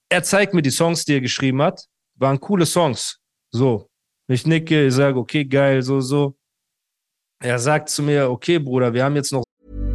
Er zeigt mir die Songs, die er geschrieben hat. Waren coole Songs. So. Ich nicke, ich sage, okay, geil, so. Er sagt zu mir, okay, Bruder, wir haben jetzt noch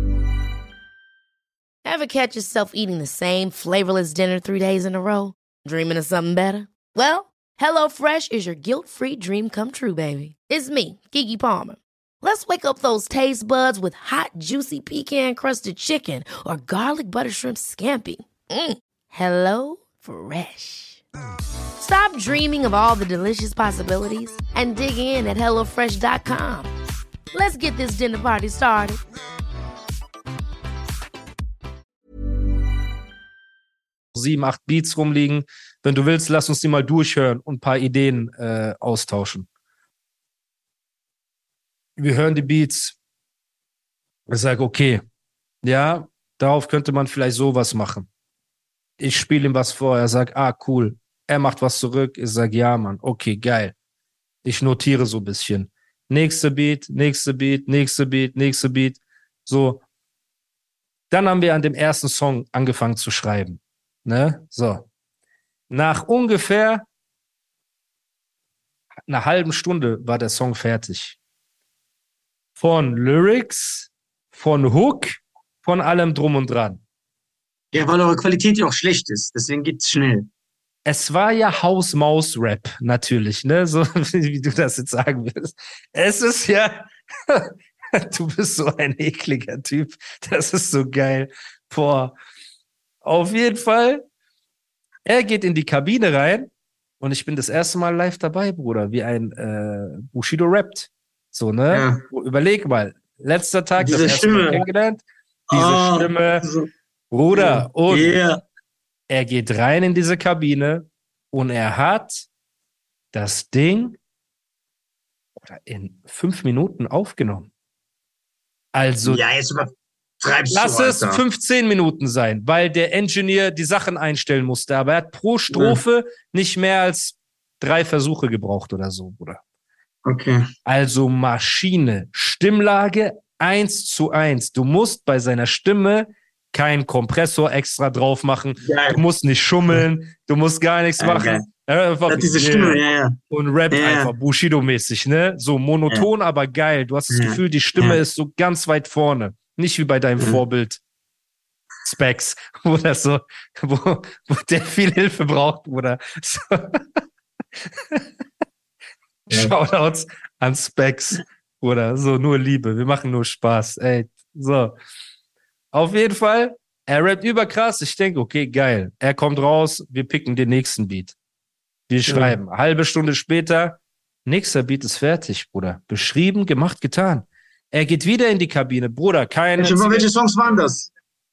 Ever catch yourself eating the same flavorless dinner 3 days in a row? Dreaming of something better? Well, HelloFresh is your guilt-free dream come true, baby. It's me, Keke Palmer. Let's wake up those taste buds with hot, juicy pecan-crusted chicken or garlic butter shrimp scampi. Hello Fresh. Stop dreaming of all the delicious possibilities and dig in at HelloFresh.com. Let's get this dinner party started. 7, 8 Beats rumliegen. Wenn du willst, lass uns die mal durchhören und ein paar Ideen austauschen. Wir hören die Beats. Ich sage, okay, ja, darauf könnte man vielleicht sowas machen. Ich spiele ihm was vor. Er sagt, cool. Er macht was zurück. Ich sage, ja, Mann, okay, geil. Ich notiere so ein bisschen. Nächste Beat. So. Dann haben wir an dem ersten Song angefangen zu schreiben. Ne? So. Nach ungefähr einer halben Stunde war der Song fertig. Von Lyrics, von Hook, von allem drum und dran. Ja, weil eure Qualität ja auch schlecht ist. Deswegen geht's schnell. Es war ja Haus-Maus-Rap, natürlich, ne? So wie du das jetzt sagen willst. Es ist ja, du bist so ein ekliger Typ. Das ist so geil. Boah. Auf jeden Fall, er geht in die Kabine rein und ich bin das erste Mal live dabei, Bruder, wie ein Bushido rappt. So, ne? Ja. Überleg mal, letzter Tag, diese das erste Mal kennengelernt, diese Stimme, so. Bruder, und er geht rein in diese Kabine und er hat das Ding in 5 Minuten aufgenommen. Also, ja, jetzt übertreibst lass du, es 15 Minuten sein, weil der Engineer die Sachen einstellen musste, aber er hat pro Strophe nicht mehr als 3 Versuche gebraucht oder so, Bruder. Okay. Also Maschine, Stimmlage 1:1. Du musst bei seiner Stimme keinen Kompressor extra drauf machen. Geil. Du musst nicht schummeln, du musst gar nichts machen. Einfach diese Stimme, und rappt einfach Bushido-mäßig, ne? So monoton, aber geil. Du hast das Gefühl, die Stimme ist so ganz weit vorne. Nicht wie bei deinem Vorbild Specs, wo das so, wo der viel Hilfe braucht, Bruder. So. Shoutouts an Specs, Bruder. So, nur Liebe. Wir machen nur Spaß. Ey, so. Auf jeden Fall, er rappt überkrass. Ich denke, okay, geil. Er kommt raus, wir picken den nächsten Beat. Wir schreiben. Halbe Stunde später, nächster Beat ist fertig, Bruder. Beschrieben, gemacht, getan. Er geht wieder in die Kabine. Bruder, welche Songs waren das?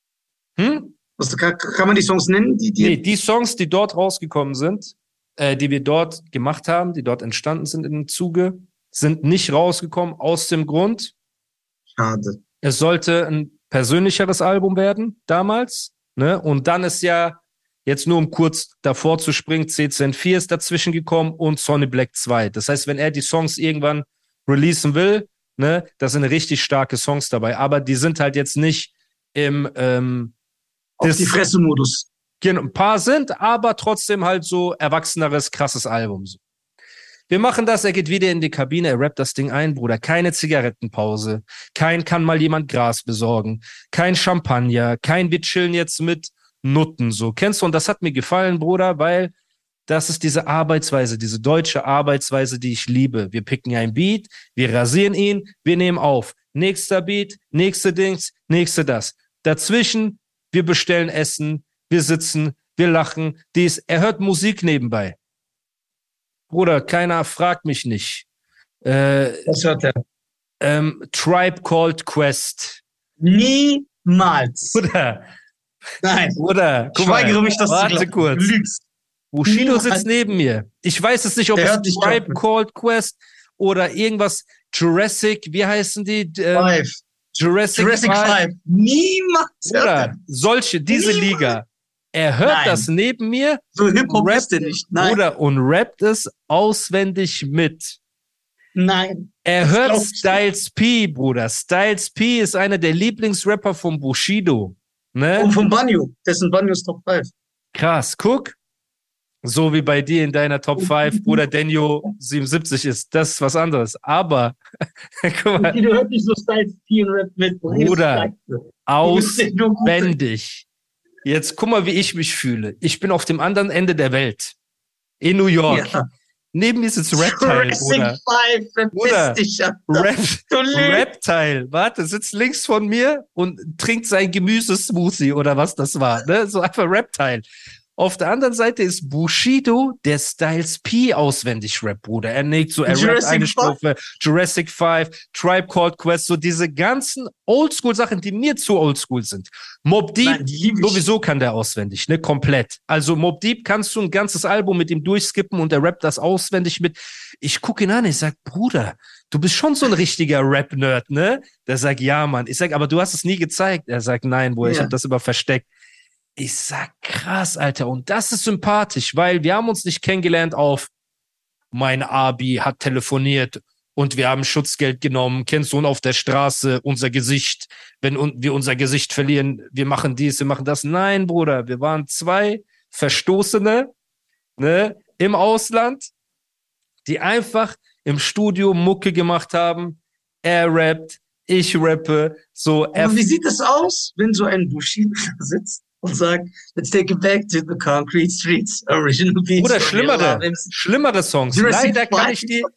Kann man die Songs nennen? Nee, die Songs, die dort rausgekommen sind, die wir dort gemacht haben, die dort entstanden sind im Zuge, sind nicht rausgekommen aus dem Grund. Schade. Es sollte ein persönlicheres Album werden, damals. Ne? Und dann ist ja, jetzt nur um kurz davor zu springen, CCN 4 ist dazwischen gekommen und Sonny Black 2. Das heißt, wenn er die Songs irgendwann releasen will, ne, da sind richtig starke Songs dabei. Aber die sind halt jetzt nicht im auf die Fresse-Modus. Genau, ein paar sind, aber trotzdem halt so erwachseneres, krasses Album. So. Wir machen das, er geht wieder in die Kabine, er rappt das Ding ein, Bruder. Keine Zigarettenpause, kein kann mal jemand Gras besorgen, kein Champagner, kein wir chillen jetzt mit Nutten. So, kennst du? Und das hat mir gefallen, Bruder, weil das ist diese Arbeitsweise, diese deutsche Arbeitsweise, die ich liebe. Wir picken ein Beat, wir rasieren ihn, wir nehmen auf. Nächster Beat, nächste Dings, nächste das. Dazwischen, wir bestellen Essen, wir sitzen, wir lachen, er hört Musik nebenbei. Bruder, keiner fragt mich nicht. Was hört er? Tribe Called Quest. Niemals. Bruder. Nein. Bruder, ich weigere mich, das zu glauben. Warte kurz. Du lügst. Bushido sitzt neben mir. Ich weiß es nicht, ob es Tribe Called Quest oder irgendwas Jurassic, wie heißen die? Jurassic 5. Niemals. Bruder, diese Liga. Er hört das neben mir. So Hip-Hop ist er nicht. Nein. Bruder, und rappt es auswendig mit. Nein. Er hört Styles P, Bruder. Styles P ist einer der Lieblingsrapper von Bushido. Ne? Und von Banyo. Dessen Banyo ist Top 5. Krass, guck. So wie bei dir in deiner Top 5, Bruder Denyo 77 ist. Das ist was anderes. Aber, guck mal, Du hörst nicht so Styles P und Rap mit. Bruder, auswendig. Jetzt guck mal, wie ich mich fühle. Ich bin auf dem anderen Ende der Welt. In New York. Ja. Neben mir sitzt Rap-Teil, Bruder. Rap-Teil, warte, sitzt links von mir und trinkt sein Gemüsesmoothie oder was das war. Ne? So einfach Rap-Teil. Auf der anderen Seite ist Bushido, der Styles P auswendig Rap, Bruder. Er rappt eine Strophe, Jurassic 5, Tribe Called Quest, so diese ganzen Oldschool-Sachen, die mir zu oldschool sind. Mobb Deep, sowieso kann der auswendig, ne, komplett. Also Mobb Deep kannst du ein ganzes Album mit ihm durchskippen und er rappt das auswendig mit. Ich gucke ihn an, ich sag, Bruder, du bist schon so ein richtiger Rap-Nerd, ne? Der sagt, ja, Mann. Ich sag, aber du hast es nie gezeigt. Er sagt, nein, Bruder, ich habe das immer versteckt. Ich sag, krass, Alter. Und das ist sympathisch, weil wir haben uns nicht kennengelernt auf mein Abi hat telefoniert und wir haben Schutzgeld genommen. Kennst du, und auf der Straße unser Gesicht. Wenn wir unser Gesicht verlieren, wir machen dies, wir machen das. Nein, Bruder, wir waren zwei Verstoßene, ne, im Ausland, die einfach im Studio Mucke gemacht haben. Er rappt, ich rappe. So. Aber wie sieht das aus, wenn so ein Bushido sitzt und sagt, let's take it back to the concrete streets, original beats. Oder schlimmere Songs. Leider kann ich die.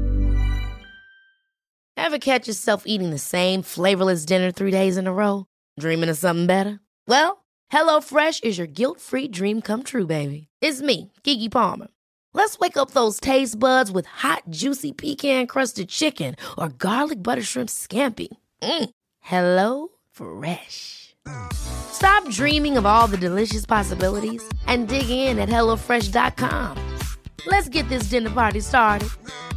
Ever catch yourself eating the same flavorless dinner 3 days in a row? Dreaming of something better? Well, HelloFresh is your guilt-free dream come true, baby. It's me, Keke Palmer. Let's wake up those taste buds with hot, juicy pecan-crusted chicken or garlic butter shrimp scampi. Hello Fresh. Stop dreaming of all the delicious possibilities and dig in at HelloFresh.com. Let's get this dinner party started.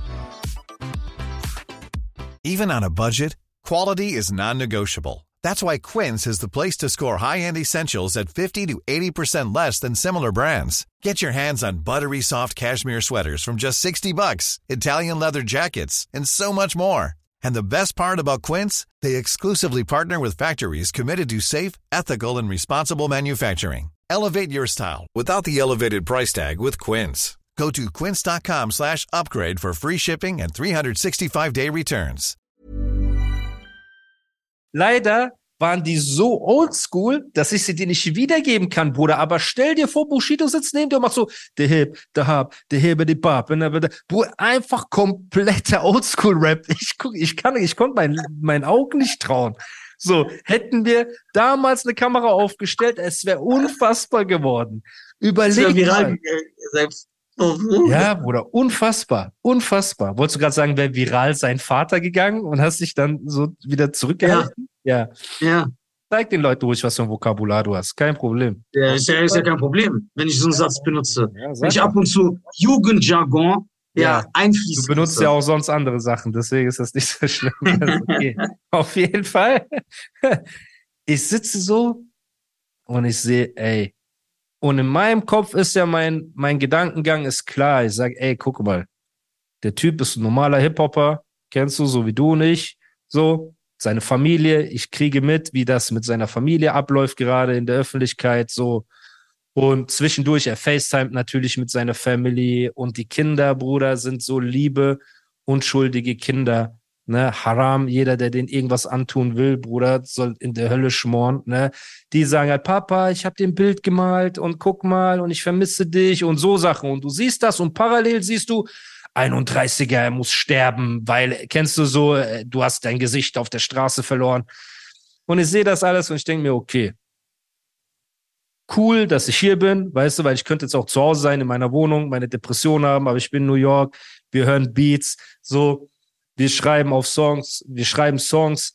Even on a budget, quality is non-negotiable. That's why Quince is the place to score high-end essentials at 50 to 80% less than similar brands. Get your hands on buttery soft cashmere sweaters from just $60, Italian leather jackets, and so much more. And the best part about Quince, they exclusively partner with factories committed to safe, ethical, and responsible manufacturing. Elevate your style without the elevated price tag with Quince. Go to quince.com/upgrade for free shipping and 365-day returns. Leider waren die so oldschool, dass ich sie dir nicht wiedergeben kann, Bruder. Aber stell dir vor, Bushido sitzt neben dir und macht so, the hip, the hop, the hip, the bop. Bruder, einfach kompletter Oldschool-Rap. Ich konnte meinen Augen nicht trauen. So, hätten wir damals eine Kamera aufgestellt, es wäre unfassbar geworden. Überleg mal. Ja, Bruder, unfassbar. Wolltest du gerade sagen, wäre viral sein Vater gegangen und hast dich dann so wieder zurückgehalten? Ja. Zeig den Leuten ruhig, was für ein Vokabular du hast. Kein Problem. Ja, ist ja kein Problem, wenn ich so einen Satz benutze. Ja, wenn ich ab und zu Jugendjargon einfließe. Du benutzt ja auch sonst andere Sachen, deswegen ist das nicht so schlimm. Okay. Auf jeden Fall. Ich sitze so und ich sehe, ey, und in meinem Kopf ist ja mein Gedankengang ist klar. Ich sage, ey, guck mal, der Typ ist ein normaler Hip-Hopper, kennst du, so wie du und ich, so, seine Familie, ich kriege mit, wie das mit seiner Familie abläuft, gerade in der Öffentlichkeit, so, und zwischendurch, er FaceTimet natürlich mit seiner Family und die Kinder, Bruder, sind so liebe, unschuldige Kinder, ne, Haram, jeder, der denen irgendwas antun will, Bruder, soll in der Hölle schmoren, ne, die sagen halt, Papa, ich habe dir ein Bild gemalt und guck mal und ich vermisse dich und so Sachen und du siehst das und parallel siehst du, 31er, er muss sterben, weil, kennst du so, du hast dein Gesicht auf der Straße verloren und ich sehe das alles und ich denke mir, okay, cool, dass ich hier bin, weißt du, weil ich könnte jetzt auch zu Hause sein, in meiner Wohnung, meine Depression haben, aber ich bin in New York, wir hören Beats, so, wir schreiben Songs.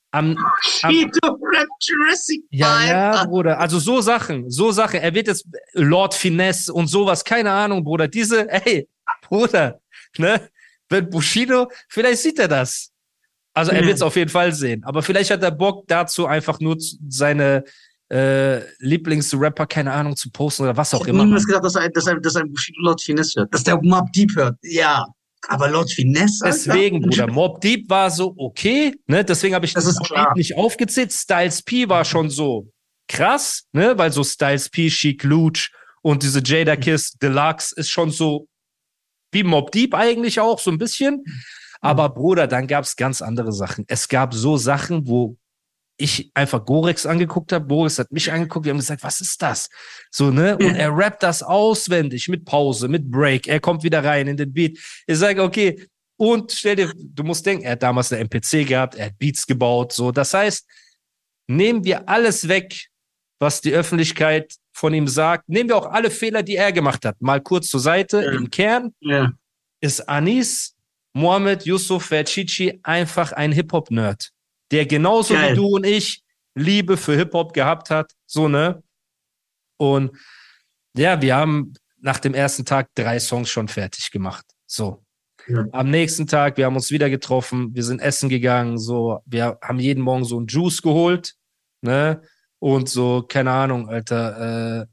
Ja, Bruder, also so Sachen. Er wird jetzt Lord Finesse und sowas, keine Ahnung, Bruder. Bruder, ne? Wenn Bushido, vielleicht sieht er das. Also er wird es auf jeden Fall sehen. Aber vielleicht hat er Bock dazu, einfach nur seine Lieblingsrapper, keine Ahnung, zu posten oder was auch immer. Ich habe niemals gedacht, dass ein Bushido Lord Finesse hört. Dass der Mobb Deep hört. Ja. Aber Lord Finesse? Deswegen, Bruder, Mobb Deep war so okay, ne? Deswegen habe ich das nicht aufgezählt. Styles P war schon so krass, ne? Weil so Styles P, Chic Luch Und diese Jada Kiss Deluxe ist schon so wie Mobb Deep eigentlich auch, so ein bisschen. Aber Bruder, dann gab es ganz andere Sachen. Es gab so Sachen, wo ich einfach Gorex angeguckt habe. Boris hat mich angeguckt. Wir haben gesagt, was ist das? So, ne? Und er rappt das auswendig mit Pause, mit Break. Er kommt wieder rein in den Beat. Ich sage, okay. Und stell dir, du musst denken, er hat damals eine MPC gehabt. Er hat Beats gebaut. So, das heißt, nehmen wir alles weg, was die Öffentlichkeit von ihm sagt. Nehmen wir auch alle Fehler, die er gemacht hat. Mal kurz zur Seite. Ja. Im Kern ist Anis Mohammed Yusuf Ferchichi einfach ein Hip-Hop-Nerd, der genauso wie du und ich Liebe für Hip-Hop gehabt hat. So, ne? Und ja, wir haben nach dem ersten Tag 3 Songs schon fertig gemacht. So. Ja. Am nächsten Tag, wir haben uns wieder getroffen, wir sind essen gegangen, so, wir haben jeden Morgen so einen Juice geholt, ne? Und so, keine Ahnung, Alter,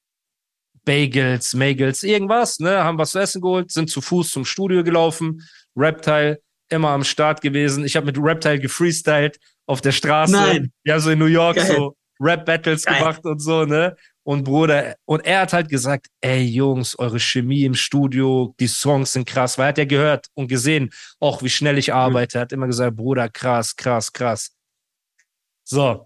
Bagels, Magels, irgendwas, ne? Haben was zu essen geholt, sind zu Fuß zum Studio gelaufen, Reptile immer am Start gewesen. Ich habe mit Reptile gefreestylt auf der Straße. Nein. Ja, so in New York so Rap-Battles gemacht und so, ne? Und Bruder, und er hat halt gesagt, ey Jungs, eure Chemie im Studio, die Songs sind krass, weil er hat ja gehört und gesehen, auch wie schnell ich arbeite. Er hat immer gesagt, Bruder, krass, krass, krass. So.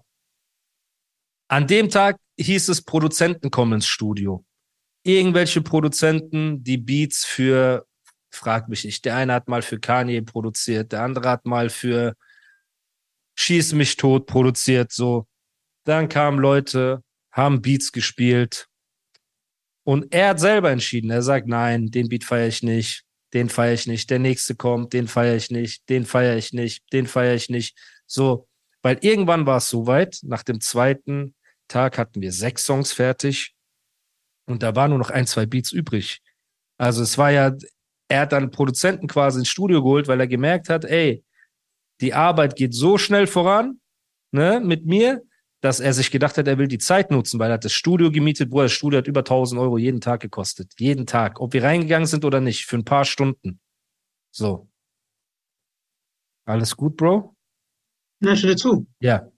An dem Tag hieß es, Produzenten kommen ins Studio. Irgendwelche Produzenten, die Beats für, frag mich nicht, der eine hat mal für Kanye produziert, der andere hat mal für Schieß mich tot produziert, so. Dann kamen Leute, haben Beats gespielt und er hat selber entschieden. Er sagt, nein, den Beat feiere ich nicht, den feiere ich nicht, der nächste kommt, den feiere ich nicht, den feiere ich nicht, den feiere ich nicht. So, weil irgendwann war es soweit, nach dem zweiten Tag hatten wir 6 Songs fertig und da waren nur noch 1, 2 Beats übrig. Also es war ja, er hat dann Produzenten quasi ins Studio geholt, weil er gemerkt hat, ey, die Arbeit geht so schnell voran, ne, mit mir, dass er sich gedacht hat, er will die Zeit nutzen, weil er hat das Studio gemietet, das Studio hat über 1.000 Euro jeden Tag gekostet. Jeden Tag. Ob wir reingegangen sind oder nicht, für ein paar Stunden. So. Alles gut, Bro? Ja, ich höre dir zu. Ja.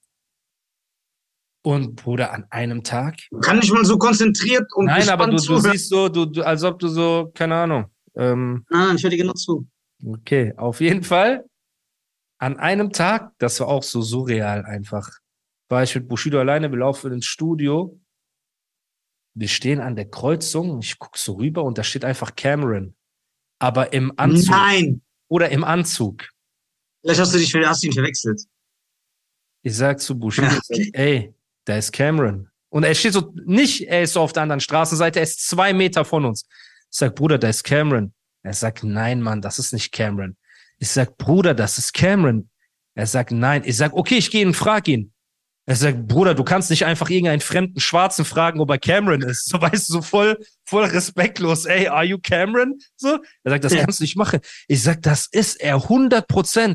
Und Bruder, an einem Tag. Kann nicht mal so konzentriert und nein, aber du zuhören. siehst so, du, als ob du so, keine Ahnung. Ich höre dir genau zu. Okay, auf jeden Fall. An einem Tag, das war auch so surreal einfach, war ich mit Bushido alleine, wir laufen ins Studio, wir stehen an der Kreuzung, ich gucke so rüber und da steht einfach Cameron, aber im Anzug. Nein! Oder im Anzug. Vielleicht hast du ihn verwechselt. Ich sag zu Bushido, ey, da ist Cameron. Und er steht so, nicht, er ist so auf der anderen Straßenseite, er ist 2 Meter von uns. Ich sag, Bruder, da ist Cameron. Er sagt, nein, Mann, das ist nicht Cameron. Ich sag, Bruder, das ist Cameron. Er sagt, nein. Ich sag, okay, ich gehe und frag ihn. Er sagt, Bruder, du kannst nicht einfach irgendeinen fremden Schwarzen fragen, ob er Cameron ist. So, weißt du, so voll respektlos. Ey, are you Cameron? So. Er sagt, das kannst du nicht machen. Ich sag, das ist er 100%.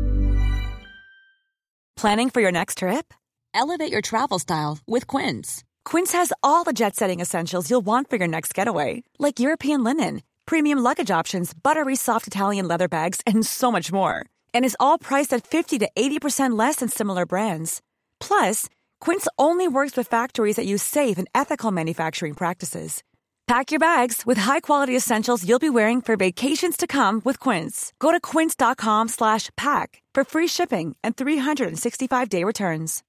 Planning for your next trip? Elevate your travel style with Quince. Quince has all the jet-setting essentials you'll want for your next getaway, like European linen, premium luggage options, buttery soft Italian leather bags, and so much more. And is all priced at 50 to 80% less than similar brands. Plus, Quince only works with factories that use safe and ethical manufacturing practices. Pack your bags with high-quality essentials you'll be wearing for vacations to come with Quince. Go to quince.com/pack for free shipping and 365-day returns.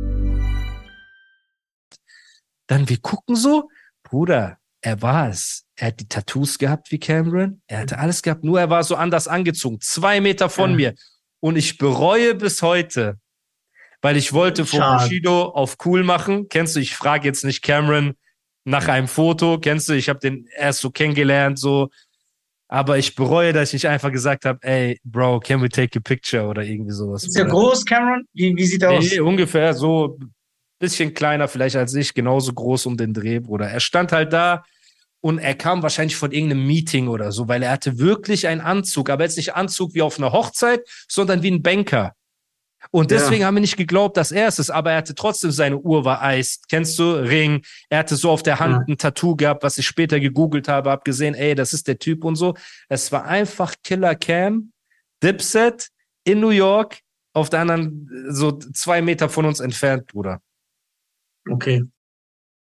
Dann wir gucken so, Bruder, er war es. Er hat die Tattoos gehabt wie Cameron. Er hatte alles gehabt, nur er war so anders angezogen. 2 Meter von mir. Und ich bereue bis heute, weil ich wollte von Bushido auf cool machen. Kennst du, ich frage jetzt nicht Cameron nach einem Foto. Kennst du, ich habe den erst so kennengelernt, so. Aber ich bereue, dass ich nicht einfach gesagt habe, ey, Bro, can we take a picture oder irgendwie sowas. Ist der groß, Cameron? Wie sieht er aus? Nee, ungefähr so bisschen kleiner vielleicht als ich, genauso groß um den Dreh, Bruder. Er stand halt da und er kam wahrscheinlich von irgendeinem Meeting oder so, weil er hatte wirklich einen Anzug, aber jetzt nicht Anzug wie auf einer Hochzeit, sondern wie ein Banker. Und deswegen haben wir nicht geglaubt, dass er es ist, aber er hatte trotzdem, seine Uhr war Eis. Kennst du? Ring. Er hatte so auf der Hand ein Tattoo gehabt, was ich später gegoogelt habe, hab gesehen, ey, das ist der Typ und so. Es war einfach Killer Cam, Dipset in New York, auf der anderen, so 2 Meter von uns entfernt, Bruder. Okay.